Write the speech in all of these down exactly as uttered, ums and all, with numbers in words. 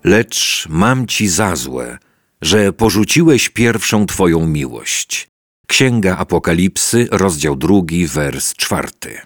Lecz mam ci za złe, że porzuciłeś pierwszą twoją miłość. Księga Apokalipsy, rozdział drugi, wers czwarty.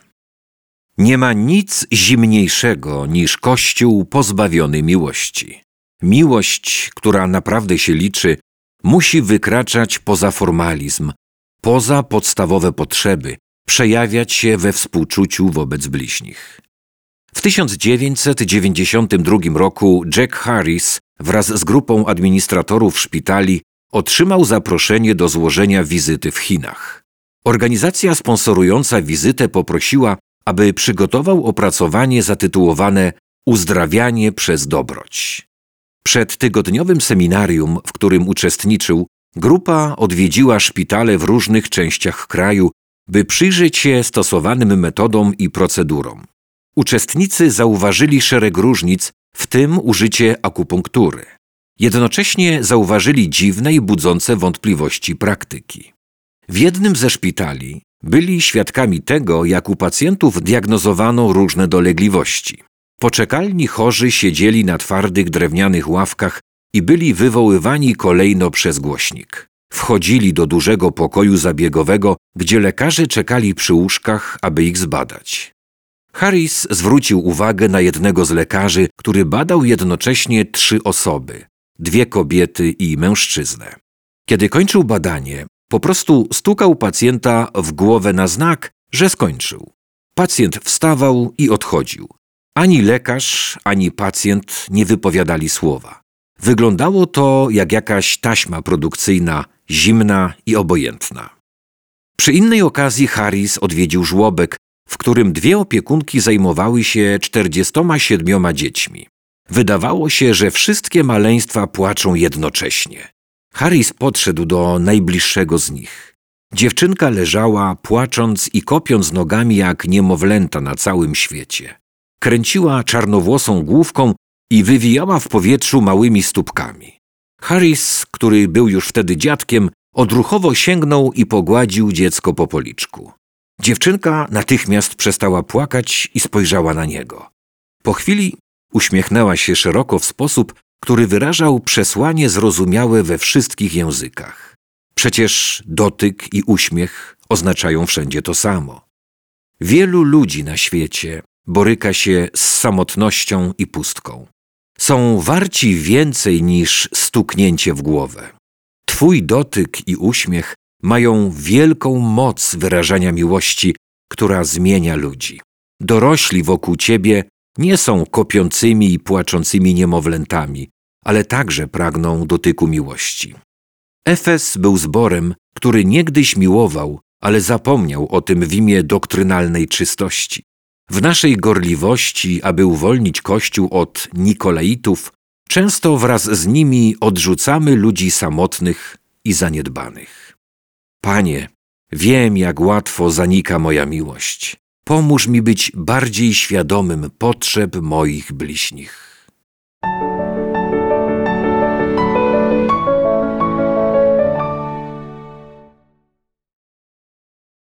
Nie ma nic zimniejszego niż Kościół pozbawiony miłości. Miłość, która naprawdę się liczy, musi wykraczać poza formalizm, poza podstawowe potrzeby, przejawiać się we współczuciu wobec bliźnich. W tysiąc dziewięćset dziewięćdziesiątym drugim roku Jack Harris wraz z grupą administratorów szpitali otrzymał zaproszenie do złożenia wizyty w Chinach. Organizacja sponsorująca wizytę poprosiła, aby przygotował opracowanie zatytułowane Uzdrawianie przez dobroć. Przed tygodniowym seminarium, w którym uczestniczył, grupa odwiedziła szpitale w różnych częściach kraju, by przyjrzeć się stosowanym metodom i procedurom. Uczestnicy zauważyli szereg różnic, w tym użycie akupunktury. Jednocześnie zauważyli dziwne i budzące wątpliwości praktyki. W jednym ze szpitali byli świadkami tego, jak u pacjentów diagnozowano różne dolegliwości. Poczekalni chorzy siedzieli na twardych drewnianych ławkach i byli wywoływani kolejno przez głośnik. Wchodzili do dużego pokoju zabiegowego, gdzie lekarze czekali przy łóżkach, aby ich zbadać. Harris zwrócił uwagę na jednego z lekarzy, który badał jednocześnie trzy osoby, dwie kobiety i mężczyznę. Kiedy kończył badanie, po prostu stukał pacjenta w głowę na znak, że skończył. Pacjent wstawał i odchodził. Ani lekarz, ani pacjent nie wypowiadali słowa. Wyglądało to jak jakaś taśma produkcyjna, zimna i obojętna. Przy innej okazji Harris odwiedził żłobek, w którym dwie opiekunki zajmowały się czterdziestoma siedmioma dziećmi. Wydawało się, że wszystkie maleństwa płaczą jednocześnie. Harris podszedł do najbliższego z nich. Dziewczynka leżała, płacząc i kopiąc nogami jak niemowlęta na całym świecie. Kręciła czarnowłosą główką i wywijała w powietrzu małymi stópkami. Harris, który był już wtedy dziadkiem, odruchowo sięgnął i pogładził dziecko po policzku. Dziewczynka natychmiast przestała płakać i spojrzała na niego. Po chwili uśmiechnęła się szeroko w sposób, który wyrażał przesłanie zrozumiałe we wszystkich językach. Przecież dotyk i uśmiech oznaczają wszędzie to samo. Wielu ludzi na świecie boryka się z samotnością i pustką. Są warci więcej niż stuknięcie w głowę. Twój dotyk i uśmiech mają wielką moc wyrażania miłości, która zmienia ludzi. Dorośli wokół ciebie nie są kopiącymi i płaczącymi niemowlętami, ale także pragną dotyku miłości. Efes był zborem, który niegdyś miłował, ale zapomniał o tym w imię doktrynalnej czystości. W naszej gorliwości, aby uwolnić Kościół od Nikolaitów, często wraz z nimi odrzucamy ludzi samotnych i zaniedbanych. Panie, wiem, jak łatwo zanika moja miłość. Pomóż mi być bardziej świadomym potrzeb moich bliźnich.